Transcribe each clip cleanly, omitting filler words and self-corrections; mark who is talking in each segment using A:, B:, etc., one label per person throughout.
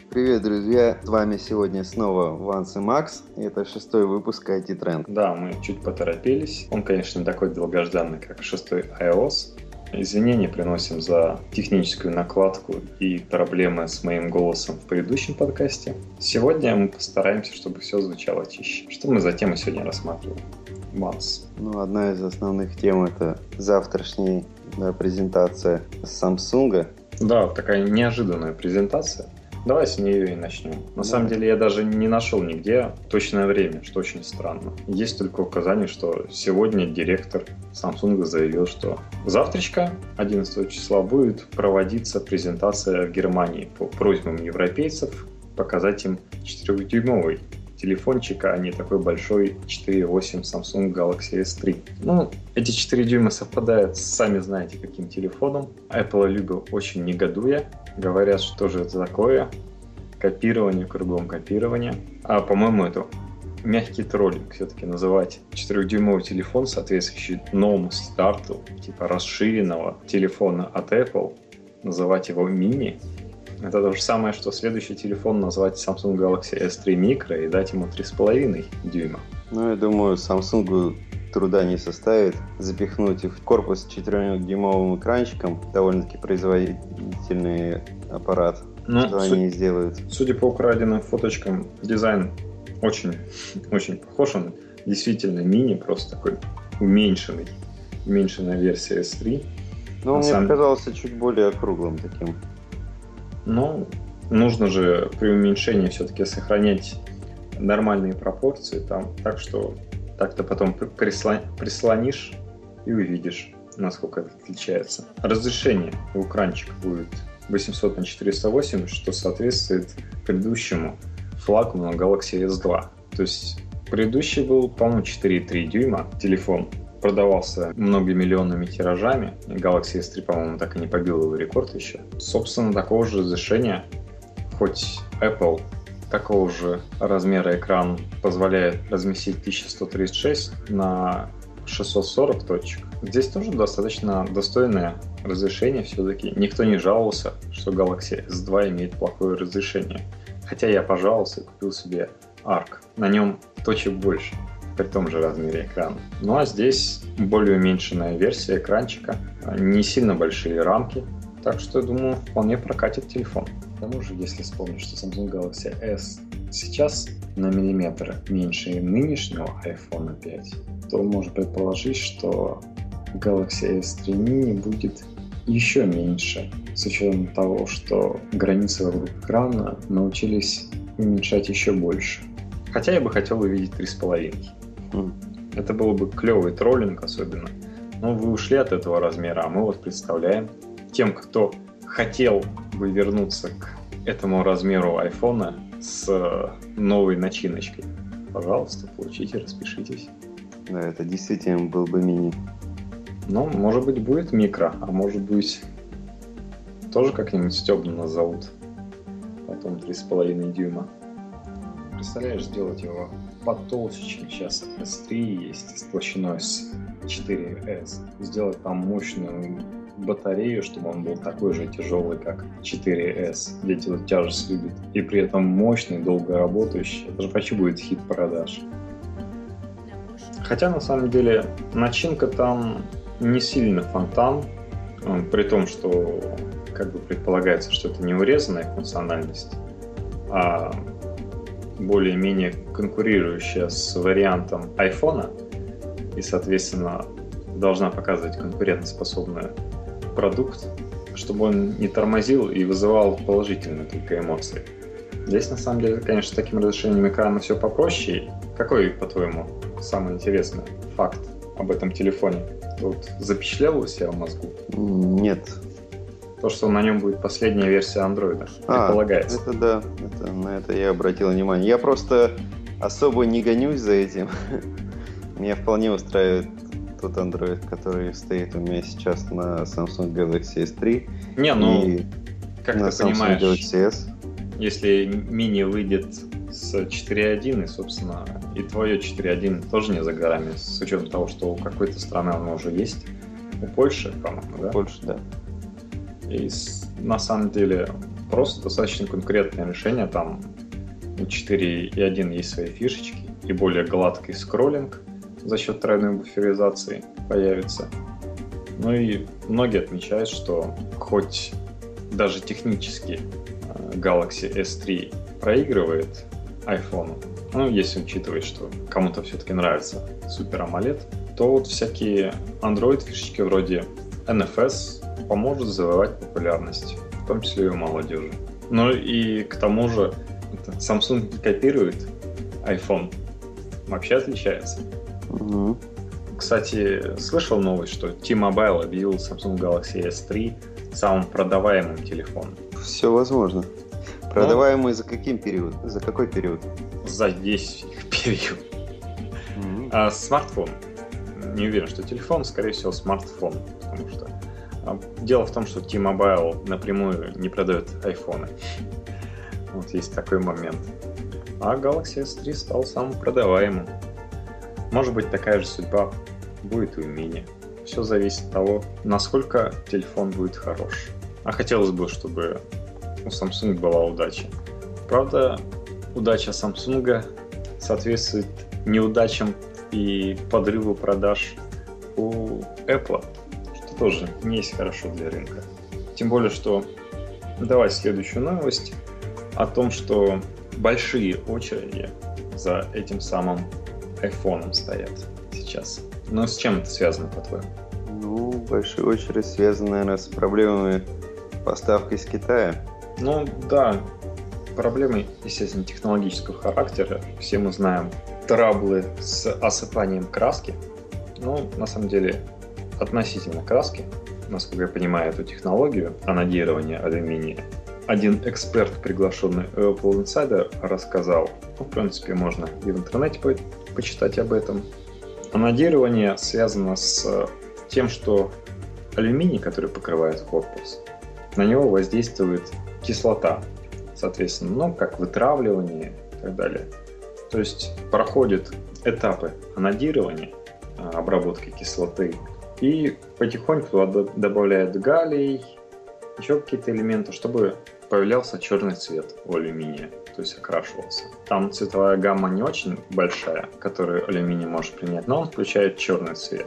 A: Привет, друзья! С вами сегодня снова Ванс и Макс. И это 6-й выпуск IT Trend.
B: Да, мы чуть поторопились. Он, конечно, не такой долгожданный, как 6-й iOS. Извинения приносим за техническую накладку и проблемы с моим голосом в предыдущем подкасте. Сегодня мы постараемся, чтобы все звучало чище. Что мы за тему сегодня рассматриваем? Ванс.
A: Одна из основных тем — это завтрашняя презентация Samsung.
B: Да, такая неожиданная презентация. Давай с нее и начнем. На самом деле я даже не нашел нигде точное время, что очень странно. Есть только указание, что сегодня директор Samsung заявил, что завтрачка, 11 числа, будет проводиться презентация в Германии по просьбам европейцев показать им 4-дюймовый телефончик, а не такой большой 4.8 Samsung Galaxy S3. Эти 4 дюйма совпадают с сами знаете каким телефоном. Apple любит очень негодуя. Говорят, что же это такое. Копирование, кругом копирование. А по-моему, это мягкий троллинг все-таки называть 4-дюймовый телефон, соответствующий новому старту, типа расширенного телефона от Apple, называть его мини. Это то же самое, что следующий телефон назвать Samsung Galaxy S3 Micro и дать ему 3,5 дюйма.
A: Я думаю, Samsung труда не составит запихнуть в корпус 4-дюймовым экранчиком довольно-таки производительный аппарат. Что они сделают?
B: Судя по украденным фоточкам, дизайн очень похож. Он действительно мини, просто такой уменьшенная версия S3.
A: Мне показался чуть более округлым таким.
B: Нужно же при уменьшении все-таки сохранять нормальные пропорции там, так что так-то потом прислонишь и увидишь, насколько это отличается. Разрешение у экранчика будет 800 на 408, что соответствует предыдущему флагману Galaxy S2. То есть предыдущий был, по-моему, 4,3 дюйма телефон. Продавался многомиллионными тиражами. Galaxy S3, по-моему, так и не побил его рекорд еще. Собственно, такого же разрешения, хоть Apple такого же размера экран позволяет разместить 1136 на 640 точек. Здесь тоже достаточно достойное разрешение все-таки. Никто не жаловался, что Galaxy S2 имеет плохое разрешение. Хотя я пожаловался и купил себе Arc. На нем точек больше, при том же размере экрана. А здесь более уменьшенная версия экранчика, не сильно большие рамки, так что, я думаю, вполне прокатит телефон. К тому же, если вспомнить, что Samsung Galaxy S сейчас на миллиметр меньше нынешнего iPhone 5, то можно предположить, что Galaxy S3 Mini будет еще меньше, с учетом того, что границы вокруг экрана научились уменьшать еще больше. Хотя я бы хотел увидеть 3,5. Это был бы клевый троллинг особенно. Но вы ушли от этого размера, а мы представляем тем, кто хотел бы вернуться к этому размеру айфона с новой начиночкой. Пожалуйста, получите, распишитесь.
A: Да, это действительно был бы мини.
B: Может быть, будет микро, а может быть, тоже как-нибудь стебно назовут. Потом 3,5 дюйма. Представляешь, сделать его потолще, чем сейчас S3 есть, с толщиной с 4S. Сделать там мощную батарею, чтобы он был такой же тяжелый, как 4S. Дети вот тяжесть любят. И при этом мощный, долго работающий. Это же почти будет хит продаж. Хотя, на самом деле, начинка там не сильно фонтан. При том, что предполагается, что это не урезанная функциональность, а более-менее конкурирующая с вариантом айфона и, соответственно, должна показывать конкурентоспособный продукт, чтобы он не тормозил и вызывал положительные только эмоции. Здесь, на самом деле, конечно, с таким разрешением экрана все попроще. Какой, по-твоему, самый интересный факт об этом телефоне? Тут запечатлел у себя в мозгу?
A: Нет.
B: То, что на нем будет последняя версия Android, предполагается.
A: Это да, на это я обратил внимание. Я просто особо не гонюсь за этим. Меня вполне устраивает тот Android, который стоит у меня сейчас на Samsung Galaxy S3. И
B: как
A: на
B: ты
A: Samsung
B: понимаешь,
A: Galaxy S.
B: Если мини выйдет с 4.1, и, собственно, и твое 4.1 тоже не за горами, с учетом того, что у какой-то страны оно уже есть. У Польши, по-моему, да?
A: Польша, да.
B: И на самом деле просто достаточно конкурентное решение. Там у 4.1 есть свои фишечки и более гладкий скроллинг за счет тройной буферизации появится. Ну и многие отмечают, что хоть даже технически Galaxy S3 проигрывает iPhone, ну, если учитывать, что кому-то все-таки нравится Super AMOLED, то вот всякие Android фишечки вроде NFS поможет завоевать популярность, в том числе и у молодежи. Ну и к тому же Samsung не копирует iPhone, вообще отличается.
A: Угу.
B: Кстати, слышал новость, что T-Mobile объявил Samsung Galaxy S3 самым продаваемым телефоном.
A: Все возможно. Продаваемый за каким период? За какой период?
B: За весь их период. А смартфон? Не уверен, что телефон, скорее всего, смартфон. Потому что дело в том, что T-Mobile напрямую не продает айфоны. Вот есть такой момент. А Galaxy S3 стал самым продаваемым. Может быть, такая же судьба будет и у Mini. Все зависит от того, насколько телефон будет хорош. А хотелось бы, чтобы у Samsung была удача. Правда, удача Samsung соответствует неудачам и подрыву продаж у Apple, что тоже не есть хорошо для рынка. Тем более, что давай следующую новость о том, что большие очереди за этим самым iPhone стоят сейчас. Но с чем это связано, по-твоему?
A: Ну, большая очередь связана, наверное, с проблемами поставки из Китая.
B: Ну, да, проблемы, естественно, технологического характера. Все мы знаем траблы с осыпанием краски. Ну, на самом деле, относительно краски, насколько я понимаю эту технологию анодирования алюминия, один эксперт, приглашенный Apple Insider, рассказал. Ну, в принципе, можно и в интернете почитать об этом. Анодирование связано с тем, что алюминий, который покрывает корпус, на него воздействует кислота, соответственно, ну, как вытравливание и так далее. То есть проходят этапы анодирования, обработки кислоты, и потихоньку туда добавляют галлий, еще какие-то элементы, чтобы появлялся черный цвет у алюминия, то есть окрашивался. Там цветовая гамма не очень большая, которую алюминий может принять, но он включает черный цвет.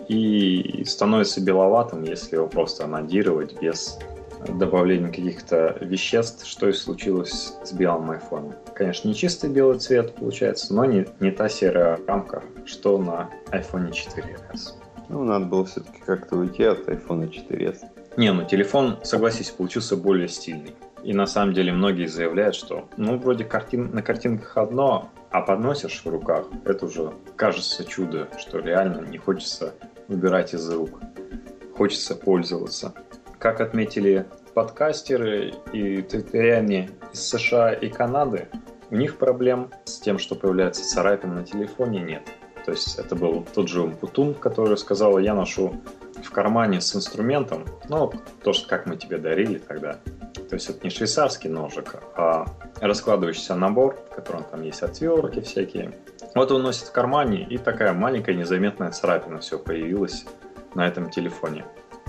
B: И становится беловатым, если его просто анодировать без добавления каких-то веществ, что и случилось с белым айфоном. Конечно, не чистый белый цвет получается, но не та серая рамка, что на iPhone 4s.
A: Ну, надо было все-таки как-то уйти от iPhone 4s.
B: Не, ну телефон, согласись, получился более стильный. И на самом деле многие заявляют, что ну вроде на картинках одно, а подносишь в руках, это уже кажется чудо, что реально не хочется выбирать из рук. Хочется пользоваться. Как отметили подкастеры и твиттеряне из США и Канады, у них проблем с тем, что появляется царапина на телефоне, нет. То есть это был тот же Умпутун, который сказал, я ношу в кармане с инструментом, ну, то, что как мы тебе дарили тогда. То есть это не швейцарский ножик, а раскладывающийся набор, в котором там есть отвертки всякие. Вот он носит в кармане, и такая маленькая незаметная царапина все появилась на этом телефоне.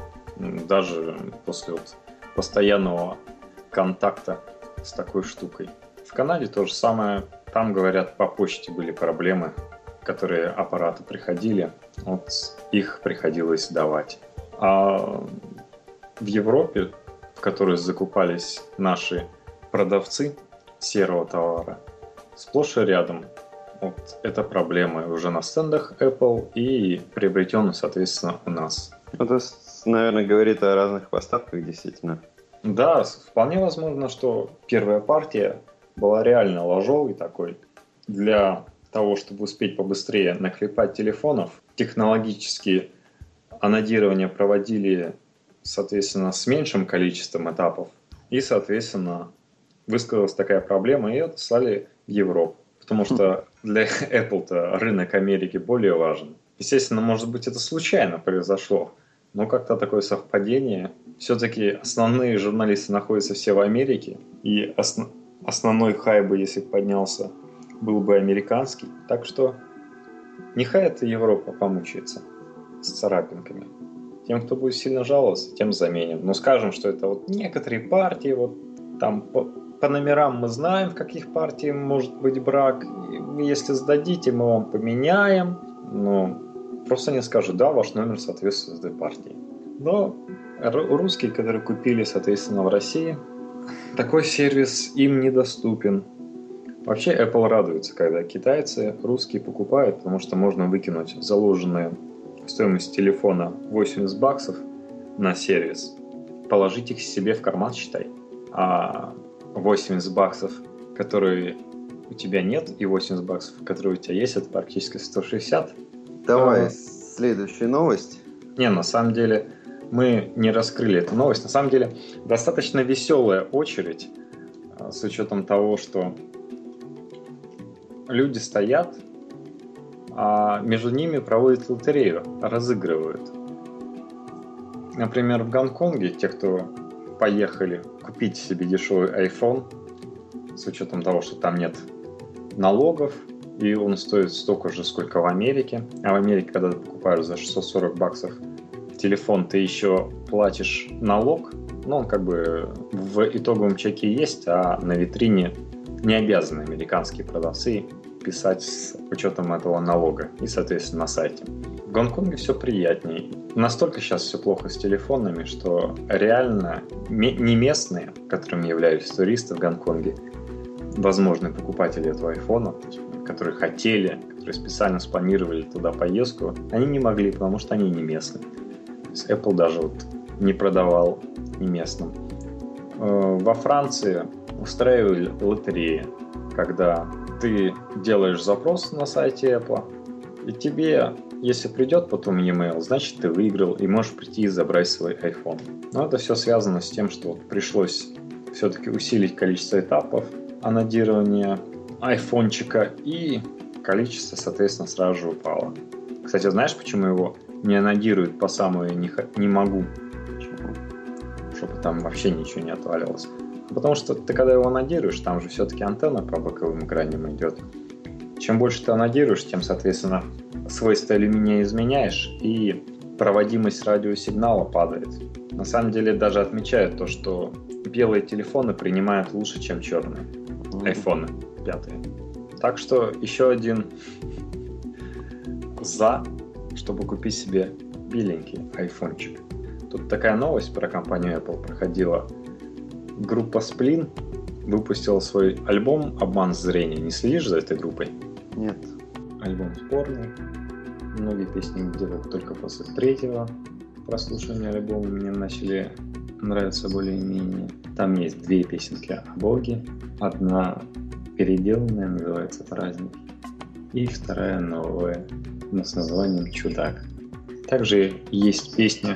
B: Даже после вот постоянного контакта с такой штукой. В Канаде то же самое. Там, говорят, по почте были проблемы, которые аппараты приходили, вот их приходилось давать. А в Европе, в которой закупались наши продавцы серого товара, сплошь и рядом вот эта проблема уже на стендах Apple и приобретена, соответственно, у нас.
A: Это, наверное, говорит о разных поставках, действительно.
B: Да, вполне возможно, что первая партия была реально ложовой такой для того, чтобы успеть побыстрее наклепать телефонов. Технологически анодирование проводили, соответственно, с меньшим количеством этапов. И, соответственно, высказалась такая проблема, и отослали в Европу. Потому что для Apple-то рынок Америки более важен. Естественно, может быть, это случайно произошло, но как-то такое совпадение. Все-таки основные журналисты находятся все в Америке, и основной хайп бы, если бы поднялся, был бы американский. Так что нехай эта Европа помучается с царапинками. Тем, кто будет сильно жаловаться, тем заменим. Но скажем, что это вот некоторые партии, вот там по номерам мы знаем, в каких партиях может быть брак. И вы, если сдадите, мы вам поменяем. Но просто они скажут, да, ваш номер соответствует этой партии. Но русские, которые купили, соответственно, в России, такой сервис им недоступен. Вообще Apple радуется, когда китайцы русские покупают, потому что можно выкинуть заложенную стоимость телефона $80 на сервис, положить их себе в карман, считай. А $80, которые у тебя нет, и $80, которые у тебя есть, это практически 160.
A: Давай, следующая новость.
B: Не, на самом деле мы не раскрыли эту новость. На самом деле достаточно веселая очередь, с учетом того, что люди стоят, а между ними проводят лотерею, разыгрывают. Например, в Гонконге те, кто поехали купить себе дешевый iPhone, с учетом того, что там нет налогов, и он стоит столько же, сколько в Америке. А в Америке, когда ты покупаешь за $640 телефон, ты еще платишь налог. Ну, он как бы в итоговом чеке есть, а на витрине не обязаны американские продавцы писать с учетом этого налога и, соответственно, на сайте. В Гонконге все приятнее. Настолько сейчас все плохо с телефонами, что реально не местные, которыми являлись туристы в Гонконге, возможные покупатели этого айфона, которые хотели, которые специально спланировали туда поездку, они не могли, потому что они не местные. То есть Apple даже вот не продавал не местным. Во Франции устраивали лотереи, когда ты делаешь запрос на сайте Apple, и тебе, если придет потом e-mail, значит ты выиграл и можешь прийти и забрать свой iPhone. Но это все связано с тем, что пришлось все-таки усилить количество этапов анодирования айфончика, и количество, соответственно, сразу же упало. Кстати, знаешь, почему его не анодируют по самую не могу? Чтобы там вообще ничего не отваливалось. Потому что ты, когда его анодируешь, там же все-таки антенна по боковым граням идет. Чем больше ты анодируешь, тем, соответственно, свойства алюминия изменяешь, и проводимость радиосигнала падает. На самом деле даже отмечают то, что белые телефоны принимают лучше, чем черные. Айфоны 5. Так что еще один за, чтобы купить себе беленький айфончик. Тут такая новость про компанию Apple проходила. Группа Splin выпустила свой альбом «Обман зрения». Не следишь за этой группой?
A: Нет.
B: Альбом спорный. Многие песни делают только после 3-го прослушивания альбома. Мне начали нравиться более-менее. Там есть 2 песенки о Боге. Одна переделанная, называется «Праздник». И вторая новая, но с названием «Чудак». Также есть песня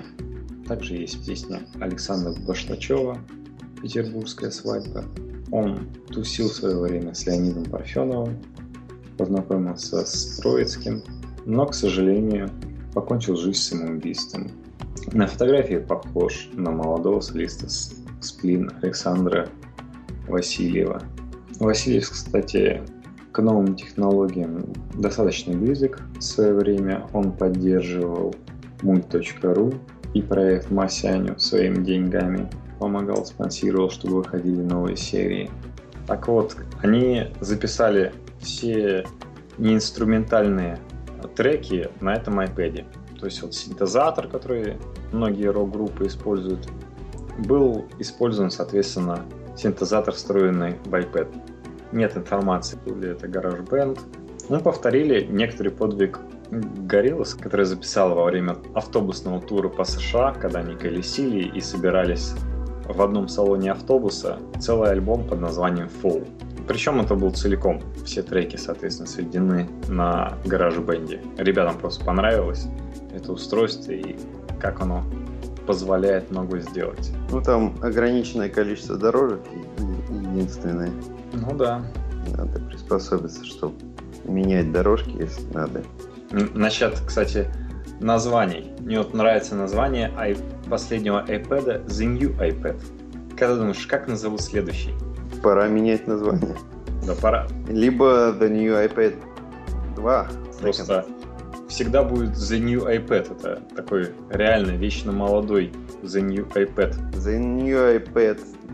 B: Александра Баштачева «Петербургская свадьба». Он тусил в свое время с Леонидом Парфеновым, познакомился с Троицким, но, к сожалению, покончил жизнь самоубийством. На фотографии похож на молодого солиста Splin Александра Васильева. Васильев, кстати, к новым технологиям достаточно близок. В свое время он поддерживал мульт.ру и проект Масяню своими деньгами. Помогал, спонсировал, чтобы выходили новые серии. Так вот, они записали все неинструментальные треки на этом iPad. То есть вот синтезатор, который многие рок-группы используют, был использован, соответственно, синтезатор, встроенный в iPad. Нет информации, был ли это GarageBand. Мы повторили некоторый подвиг Gorillaz, который записал во время автобусного тура по США, когда они колесили и собирались в одном салоне автобуса, целый альбом под названием Fall. Причем это был целиком. Все треки, соответственно, сведены на GarageBand. Ребятам просто понравилось это устройство и как оно позволяет многое сделать.
A: Ну, там ограниченное количество дорожек и единственное.
B: Ну да.
A: Надо приспособиться, чтобы менять дорожки, если надо.
B: Насчет, кстати, названий. Мне вот нравится название последнего iPad The New iPad. Когда думаешь, как назовут следующий?
A: Пора менять название.
B: Да, пора.
A: Либо The New iPad 2.
B: Просто всегда будет The New iPad. Это такой реально вечно молодой The New iPad.
A: The New iPad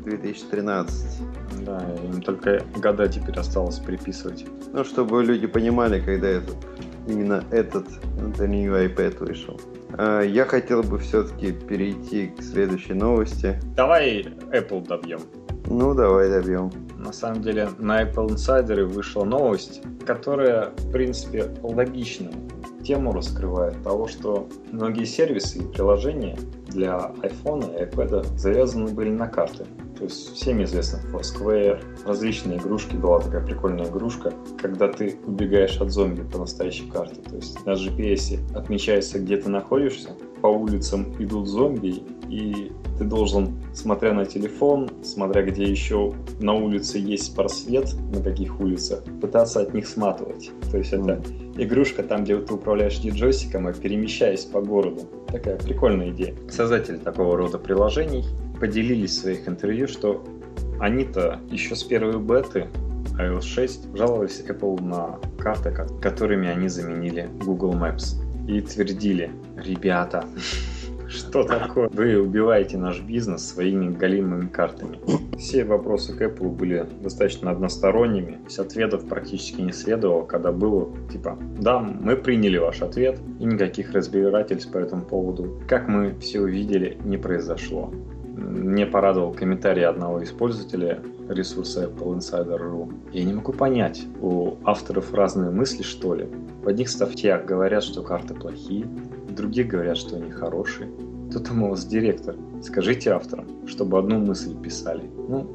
A: 2013.
B: Да, им только года теперь осталось приписывать.
A: Ну, чтобы люди понимали, когда именно этот The New iPad вышел. Я хотел бы все-таки перейти к следующей новости.
B: Давай Apple добьем.
A: Ну, давай добьем.
B: На самом деле на Apple Insider вышла новость, которая, в принципе, логичную тему раскрывает того, что многие сервисы и приложения для iPhone и iPad завязаны были на карты. То есть всем известно Foursquare, различные игрушки. Была такая прикольная игрушка, когда ты убегаешь от зомби по настоящей карте. То есть на GPS отмечается, где ты находишься, по улицам идут зомби, и ты должен, смотря на телефон, смотря где еще на улице есть просвет, на каких улицах, пытаться от них сматывать. То есть это игрушка там, где ты управляешь не джойстиком, а перемещаясь по городу. Такая прикольная идея. Создатели такого рода приложений поделились в своих интервью, что они-то еще с первой беты iOS 6 жаловались Apple на карты, которыми они заменили Google Maps. И твердили: ребята, что такое? Вы убиваете наш бизнес своими голимыми картами. Все вопросы к Apple были достаточно односторонними. С ответов практически не следовало, когда было типа: да, мы приняли ваш ответ, и никаких разбирательств по этому поводу, как мы все увидели, не произошло. Мне порадовал комментарий одного из пользователя ресурса Apple Insider.ru. Я не могу понять, у авторов разные мысли, что ли. В одних статьях говорят, что карты плохие, в других говорят, что они хорошие. Тут у вас директор. Скажите авторам, чтобы одну мысль писали.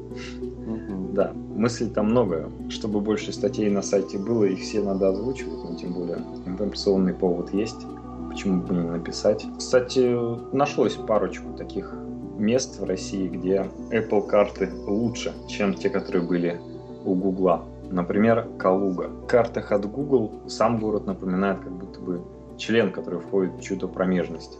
B: Да, мыслей там много. Чтобы больше статей на сайте было, их все надо озвучивать, но тем более информационный повод есть. Почему бы не написать? Кстати, нашлось парочку таких мест в России, где Apple карты лучше, чем те, которые были у Гугла. Например, Калуга. В картах от Google сам город напоминает как будто бы член, который входит в чью-то промежность.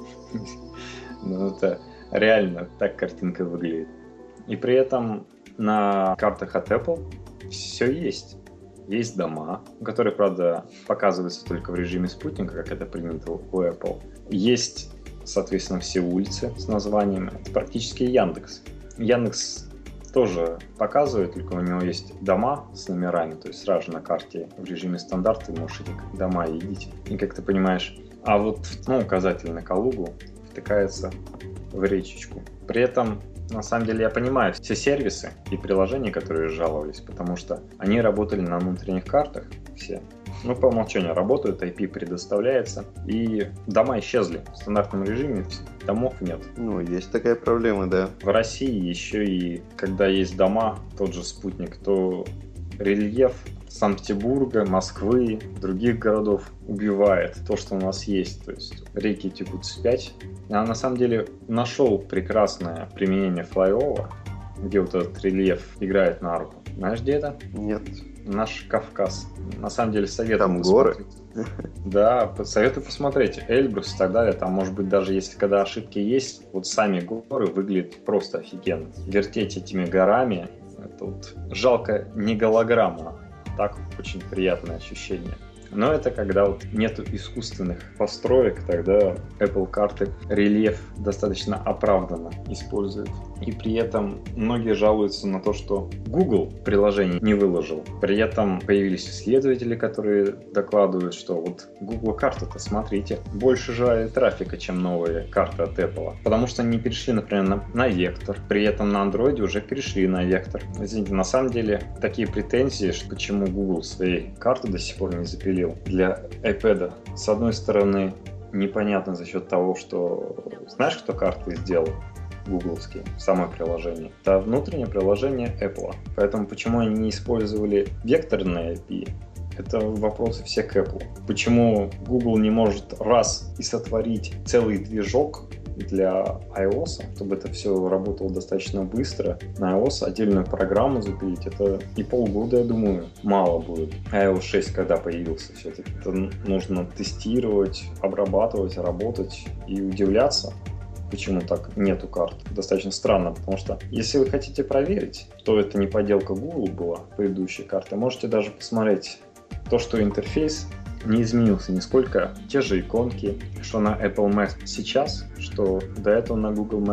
B: Ну, это реально так картинка выглядит. И при этом на картах от Apple все есть. Есть дома, которые, правда, показываются только в режиме спутника, как это принято у Apple. Есть, соответственно, все улицы с названиями. Это практически Яндекс. Яндекс тоже показывает, только у него есть дома с номерами, то есть сразу же на карте в режиме стандарт ты можешь эти дома видеть. И как ты понимаешь, а вот указатель на Калугу втыкается в речечку. При этом, на самом деле, я понимаю все сервисы и приложения, которые жаловались, потому что они работали на внутренних картах все. По умолчанию работают, IP предоставляется, и дома исчезли. В стандартном режиме домов нет.
A: Есть такая проблема, да.
B: В России еще и, когда есть дома, тот же спутник, то рельеф Санкт-Петербурга, Москвы, других городов убивает то, что у нас есть. То есть реки текут вспять. Я на самом деле нашел прекрасное применение флайовера, где вот этот рельеф играет на руку. Знаешь, где это?
A: Нет.
B: Наш Кавказ. На самом деле советую
A: там посмотреть.
B: Горы? Да, советую посмотреть. Эльбрус и так далее. Там, может быть, даже если когда ошибки есть, вот сами горы выглядят просто офигенно. Вертеть этими горами, это вот жалко не голограмма. Так очень приятное ощущение. Но это когда вот нету искусственных построек, тогда Apple карты рельеф достаточно оправданно использует. И при этом многие жалуются на то, что Google приложение не выложил. При этом появились исследователи, которые докладывают, что вот Google карты-то, смотрите, больше жрали трафика, чем новые карты от Apple. Потому что они перешли, например, на Vector. При этом на Android уже перешли на Vector. Извините, на самом деле такие претензии, что почему Google свои карты до сих пор не запилил для iPad. С одной стороны, непонятно за счет того, что знаешь, кто карты сделал? Гугловские, самое приложение. Это внутреннее приложение Apple. Поэтому почему они не использовали векторные API? Это вопросы все к Apple. Почему Google не может раз и сотворить целый движок для iOS, чтобы это все работало достаточно быстро. На iOS отдельную программу запилить, это и полгода, я думаю, мало будет. iOS 6 когда появился, все-таки это нужно тестировать, обрабатывать, работать и удивляться, почему так нету карт. Достаточно странно, потому что если вы хотите проверить, что это не подделка Google была, предыдущей карты, можете даже посмотреть то, что интерфейс не изменился нисколько. Те же иконки, что на Apple Maps сейчас, что до этого на Google Maps.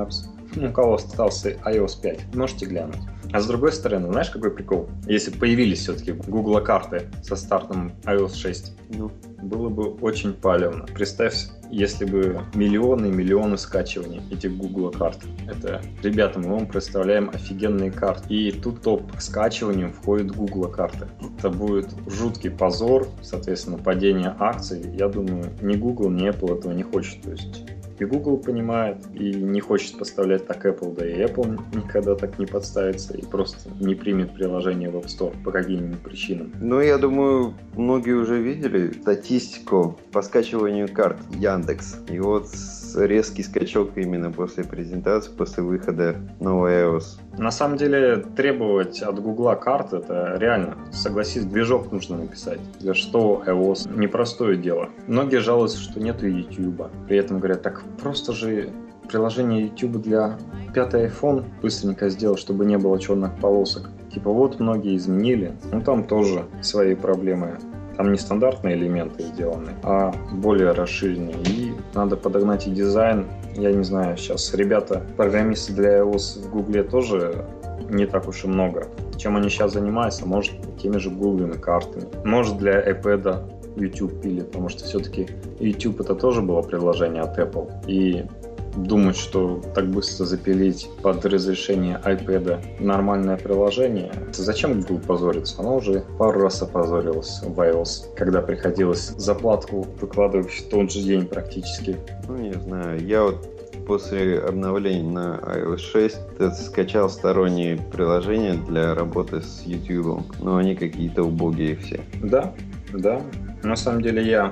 B: у кого остался iOS 5, можете глянуть. А с другой стороны, знаешь, какой прикол? Если появились все-таки Google карты со стартом iOS 6, было бы очень палевно. Представь, если бы миллионы и миллионы скачиваний этих Google карт. Это, ребята, мы вам представляем офигенные карты. И тут топ по скачиванию входит Google карты. Это будет жуткий позор, соответственно, падение акций. Я думаю, ни Google, ни Apple этого не хочет. То есть и Google понимает, и не хочет подставлять так Apple, да и Apple никогда так не подставится и просто не примет приложение в App Store по каким-нибудь причинам.
A: Ну, я думаю, многие уже видели статистику по скачиванию карт Яндекс. И вот резкий скачок именно после презентации, после выхода новой iOS.
B: На самом деле, требовать от Гугла карт, это реально, согласись, движок нужно написать. Для что iOS? Непростое дело. Многие жалуются, что нету YouTube. При этом говорят, так просто же приложение YouTube для 5-й iPhone быстренько сделал, чтобы не было черных полосок. Типа вот многие изменили, но там тоже свои проблемы. Там не стандартные элементы сделаны, а более расширенные. И надо подогнать и дизайн. Я не знаю, сейчас ребята, программисты для iOS в Гугле тоже не так уж и много. Чем они сейчас занимаются? Может, теми же гугловыми картами. Может, для iPad YouTube пили, потому что все-таки YouTube это тоже было приложение от Apple. И думать, что так быстро запилить под разрешение iPad нормальное приложение. Зачем Google позориться? Оно уже пару раз опозорилось в iOS, когда приходилось заплатку выкладывать в тот же день практически.
A: Ну, не знаю, я вот после обновления на iOS 6 скачал сторонние приложения для работы с YouTube, но они какие-то убогие все.
B: Да. На самом деле я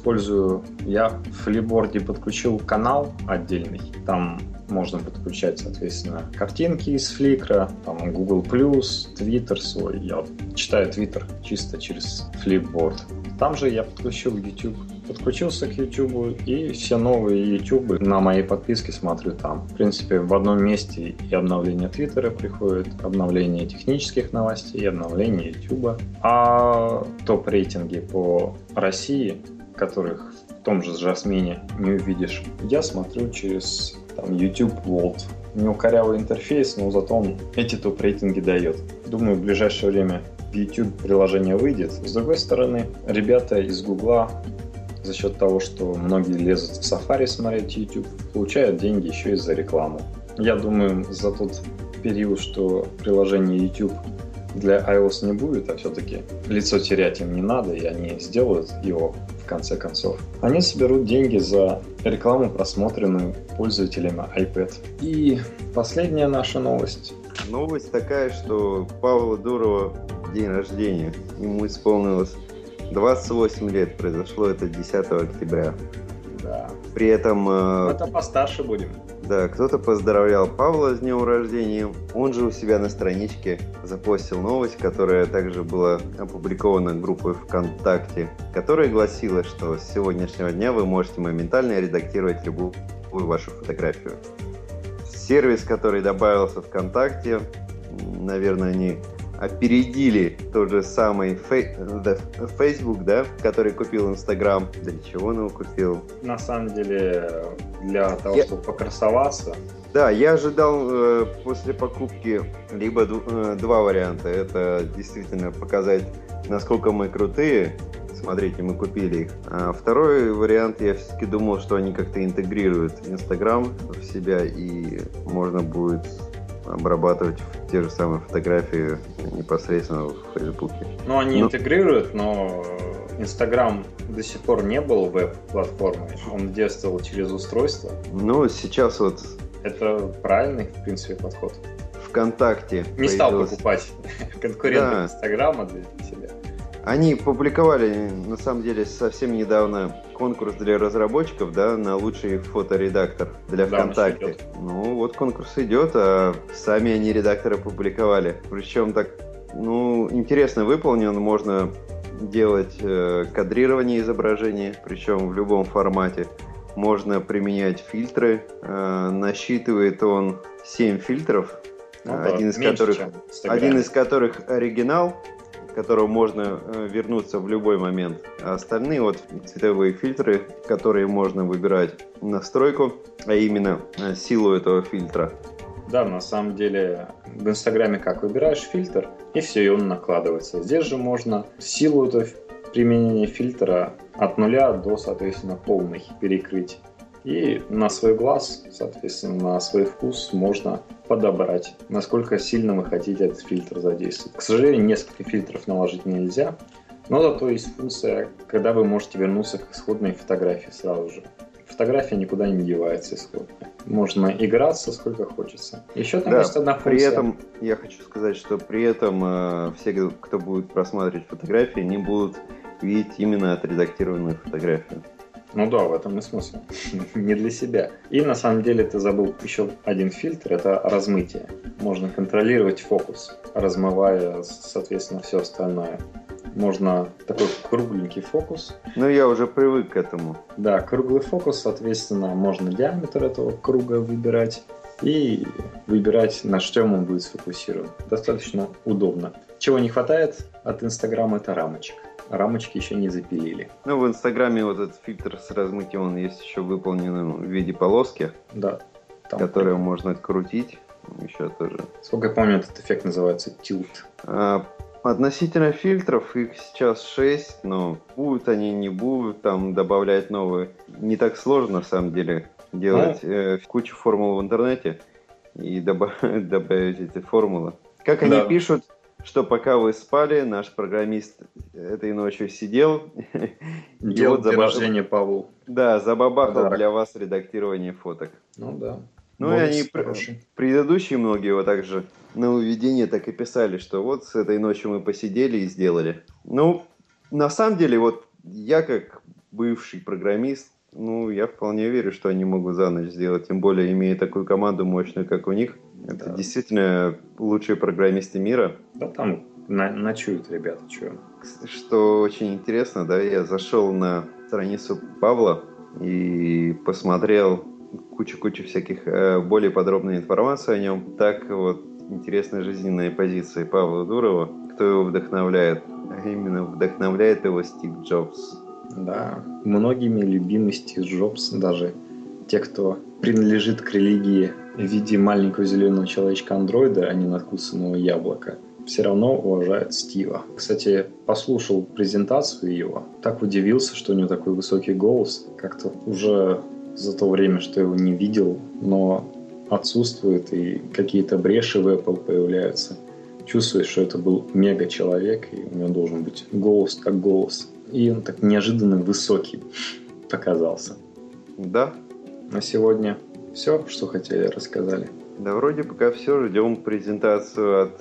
B: в Flipboard подключил канал отдельный. Там можно подключать, соответственно, картинки из Flickr, там Google+, Twitter свой. Я читаю Twitter чисто через Flipboard. Там же я подключил YouTube. Подключился к YouTube и все новые YouTube на моей подписке смотрю там. В принципе, в одном месте и обновление Твиттера приходит, обновление технических новостей, и обновление YouTube. А топ-рейтинги по России, которых в том же Жасмине не увидишь, я смотрю через YouTube World. У него корявый интерфейс, но зато он эти топ-рейтинги дает. Думаю, в ближайшее время в YouTube приложение выйдет. С другой стороны, ребята из Гугла за счет того, что многие лезут в Safari смотреть YouTube, получают деньги еще и за рекламу. Я думаю, за тот период, что приложение YouTube для iOS не будет, а все-таки лицо терять им не надо, и они сделают его в конце концов. Они соберут деньги за рекламу, просмотренную пользователями iPad. И последняя наша новость.
A: Новость такая, что Павла Дурова день рождения. Ему исполнилось 28 лет, произошло это 10 октября.
B: Да.
A: При этом...
B: Это постарше будем.
A: Да, кто-то поздравлял Павла с днем рождения. Он же у себя на страничке запостил новость, которая также была опубликована группой ВКонтакте, которая гласила, что с сегодняшнего дня вы можете моментально редактировать любую вашу фотографию. Сервис, который добавился ВКонтакте, наверное, они опередили тот же самый Facebook, да, который купил Instagram. Для чего он его купил?
B: На самом деле, для того, чтобы покрасоваться.
A: Да, я ожидал после покупки либо два варианта. Это действительно показать, насколько мы крутые. Смотрите, мы купили их. А второй вариант, я все-таки думал, что они как-то интегрируют Instagram в себя, и можно будет обрабатывать те же самые фотографии непосредственно в Фейсбуке.
B: Ну, они интегрируют, но Instagram до сих пор не был веб-платформой. Он действовал через устройство.
A: Ну, сейчас вот...
B: Это правильный, в принципе, подход.
A: ВКонтакте
B: не стал покупать конкурентов Инстаграма для себя.
A: Они публиковали, на самом деле, совсем недавно конкурс для разработчиков, да, на лучший фоторедактор для ВКонтакте. Ну, вот конкурс идет, а сами они редакторы публиковали. Причем так, интересно выполнен, можно делать кадрирование изображения, причем в любом формате. Можно применять фильтры, насчитывает он 7 фильтров, один из которых оригинал. к которому можно вернуться в любой момент. А остальные вот цветовые фильтры, которые можно выбирать настройку, а именно силу этого фильтра.
B: Да, на самом деле в Инстаграме как выбираешь фильтр, и все, и он накладывается. Здесь же можно силу этого применения фильтра от 0 до, соответственно, полной перекрыть. И на свой глаз, соответственно, на свой вкус можно подобрать, насколько сильно вы хотите этот фильтр задействовать. К сожалению, несколько фильтров наложить нельзя, но зато есть функция, когда вы можете вернуться к исходной фотографии сразу же. Фотография никуда не девается исходная. Можно играться сколько хочется. Еще там есть одна функция.
A: При этом я хочу сказать, что при этом все, кто будет просматривать фотографии, не будут видеть именно отредактированную фотографию.
B: Ну да, в этом и смысл. Не для себя. И на самом деле ты забыл еще один фильтр, это размытие. Можно контролировать фокус, размывая, соответственно, все остальное. Можно такой кругленький фокус.
A: Ну, я уже привык к этому.
B: Да, круглый фокус, соответственно, можно диаметр этого круга выбирать и выбирать, на чем он будет сфокусирован. Достаточно удобно. Чего не хватает от Инстаграма, это рамочек. Рамочки еще не запилили.
A: Ну, в Инстаграме вот этот фильтр с размытием, он есть еще выполнен в виде полоски,
B: да,
A: которую можно крутить. Еще тоже.
B: Сколько я помню, этот эффект называется tilt.
A: Относительно фильтров, их сейчас 6, но будут они, не будут, там добавлять новые. Не так сложно, на самом деле, делать кучу формул в интернете и добавить эти формулы. Как они пишут, что пока вы спали, наш программист этой ночью сидел.
B: Делал день рождения Павлу.
A: Да, забабахал для вас редактирование фоток.
B: Ну да.
A: Ну и они предыдущие многие вот так же на уведение так и писали, что вот с этой ночью мы посидели и сделали. Ну, на самом деле, вот я как бывший программист, ну, я вполне верю, что они могут за ночь сделать, тем более имея такую команду мощную, как у них. Это действительно лучшие программисты мира.
B: Да там ночуют ребята,
A: Что очень интересно, да, я зашел на страницу Павла и посмотрел кучу всяких более подробной информации о нем. Так вот, интересные жизненные позиции Павла Дурова. Кто его вдохновляет? А именно вдохновляет его Стив Джобс.
B: Да, многими любимый Стив Джобс, даже те, кто принадлежит к религии в виде маленького зеленого человечка-андроида, а не надкусанного яблока, все равно уважают Стива. Кстати, послушал презентацию его, так удивился, что у него такой высокий голос. Как-то уже за то время, что его не видел, но отсутствует, и какие-то бреши в Apple появляются. Чувствуешь, что это был мега-человек, и у него должен быть голос как голос. И он так неожиданно высокий показался.
A: Да.
B: На сегодня все, что хотели, рассказали.
A: Да, вроде пока все. Ждем презентацию от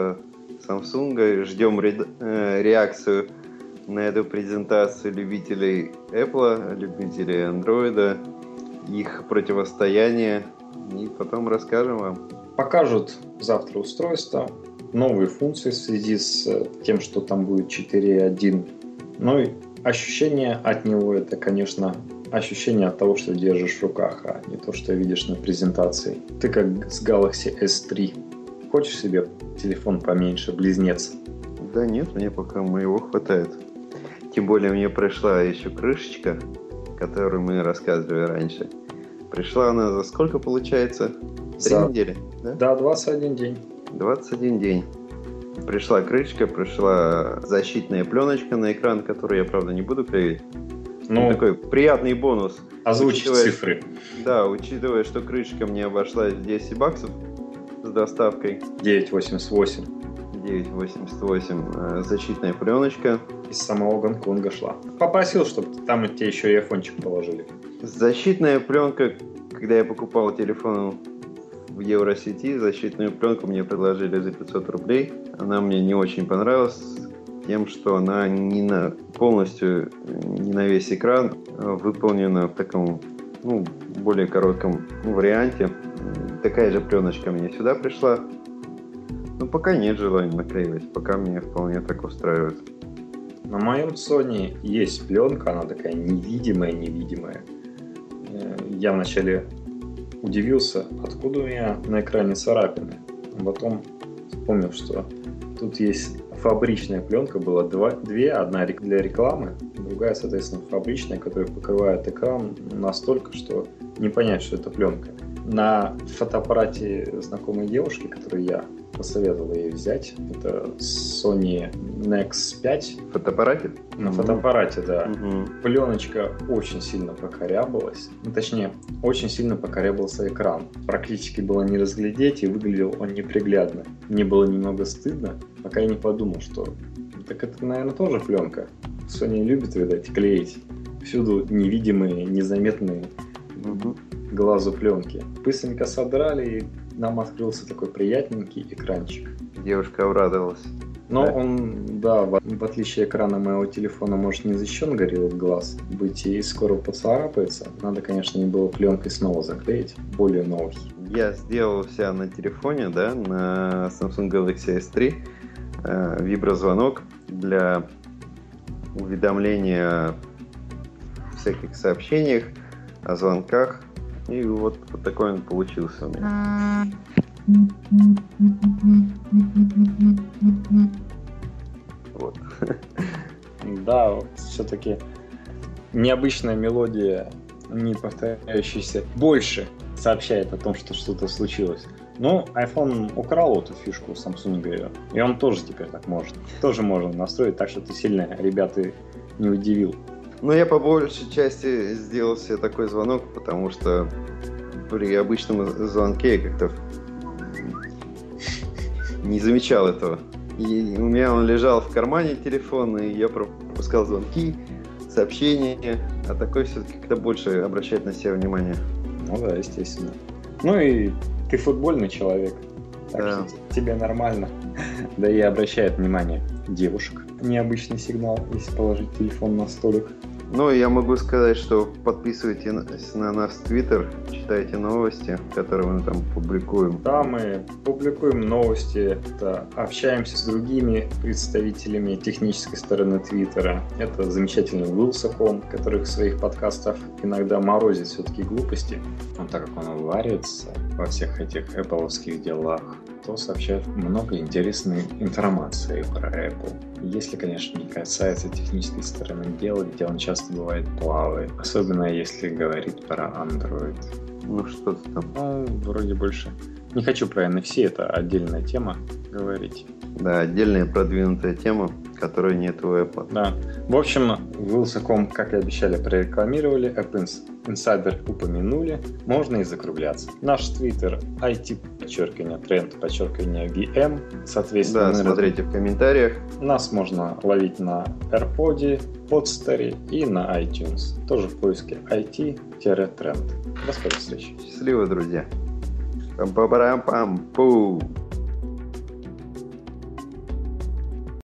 A: Samsung, ждем реакцию на эту презентацию любителей Apple, любителей Android, их противостояние, и потом расскажем вам.
B: Покажут завтра устройство, новые функции в связи с тем, что там будет 4.1. Ну и ощущение от него, это, конечно, ощущение от того, что держишь в руках, а не то, что видишь на презентации. Ты как с Galaxy S3. Хочешь себе телефон поменьше, близнец?
A: Да нет, мне пока моего хватает. Тем более мне пришла еще крышечка, которую мы рассказывали раньше. Пришла она за сколько получается? 3 недели?
B: Да, 21 день.
A: 21 день. Пришла крышечка, пришла защитная пленочка на экран, которую я, правда, не буду клеить. Ну, такой приятный бонус.
B: Озвучить цифры.
A: Да, учитывая, что крышечка мне обошлась в $10 с доставкой.
B: 9,88.
A: 9,88. Защитная пленочка.
B: Из самого Гонконга шла. Попросил, чтобы там тебе еще и айфончик положили.
A: Защитная пленка, когда я покупал телефон в Евросети, защитную пленку мне предложили за 500 рублей. Она мне не очень понравилась тем, что она полностью не на весь экран, выполнена в таком более коротком варианте. Такая же пленочка мне сюда пришла. Но пока нет желания наклеивать, пока меня вполне так устраивает.
B: На моем Sony есть пленка, она такая невидимая. Я вначале удивился, откуда у меня на экране царапины. А потом вспомнил, что Тут есть фабричная пленка, было две, одна для рекламы, другая, соответственно, фабричная, которая покрывает экран настолько, что не понять, что это пленка. На фотоаппарате знакомой девушки, которую я посоветовал ей взять, это Sony Nex 5.
A: В фотоаппарате?
B: На фотоаппарате, да. Пленочка очень сильно покорябалась. Ну, точнее, очень сильно покорябался экран. Практически было не разглядеть, и выглядел он неприглядно. Мне было немного стыдно, пока я не подумал, что так это, наверное, тоже пленка. Sony любит, видать, клеить всюду невидимые, незаметные глазу пленки. Быстренько содрали, и нам открылся такой приятненький экранчик.
A: Девушка обрадовалась.
B: Но он, да, в отличие от экрана моего телефона, может не защищен горелый глаз быть и скоро поцарапается. Надо, конечно, не было пленкой снова заклеить, более новый.
A: Я сделал у себя на телефоне, да, на Samsung Galaxy S3 виброзвонок для уведомления о всяких сообщениях, о звонках. И вот такой он получился у меня. Вот.
B: Да, все-таки необычная мелодия, не повторяющаяся, больше сообщает о том, что что-то случилось. Но iPhone украл эту фишку у Samsung, и он тоже теперь так может. Тоже можно настроить, так что ты сильно ребята не удивил.
A: Ну, я по большей части сделал себе такой звонок, потому что при обычном звонке я как-то не замечал этого. И у меня он лежал в кармане телефона, и я пропускал звонки, сообщения, а такой все-таки как-то больше обращает на себя внимание.
B: Ну да, естественно. Ну и ты футбольный человек, так
A: да.
B: Что тебе нормально. Да и обращает внимание девушек. Необычный сигнал, если положить телефон на столик.
A: Ну, я могу сказать, что подписывайтесь на нас в Twitter, читайте новости, которые мы там публикуем.
B: Да, мы публикуем новости, общаемся с другими представителями технической стороны Твиттера. Это замечательный Wilson.com, который в своих подкастах иногда морозит все-таки глупости. Но так как он варится во всех этих Apple-овских делах, то сообщает много интересной информации про Apple. Если, конечно, не касается технической стороны дела, где он часто бывает плавает. Особенно если говорит про Android.
A: Ну, что-то там.
B: Ну, вроде больше. Не хочу про NFC, это отдельная тема говорить.
A: Да, отдельная продвинутая тема, которой нет у Apple.
B: Да. В общем, Wilson.com, как и обещали, прорекламировали, App Insider упомянули, можно и закругляться. Наш Twitter IT_тренд_VM. Соответственно,
A: да, смотрите в комментариях.
B: Нас можно ловить на AirPod, Podster и на iTunes. Тоже в поиске IT-тренд. До скорой встречи.
A: Счастливо, друзья. Пам-пам-пам-пам-пу.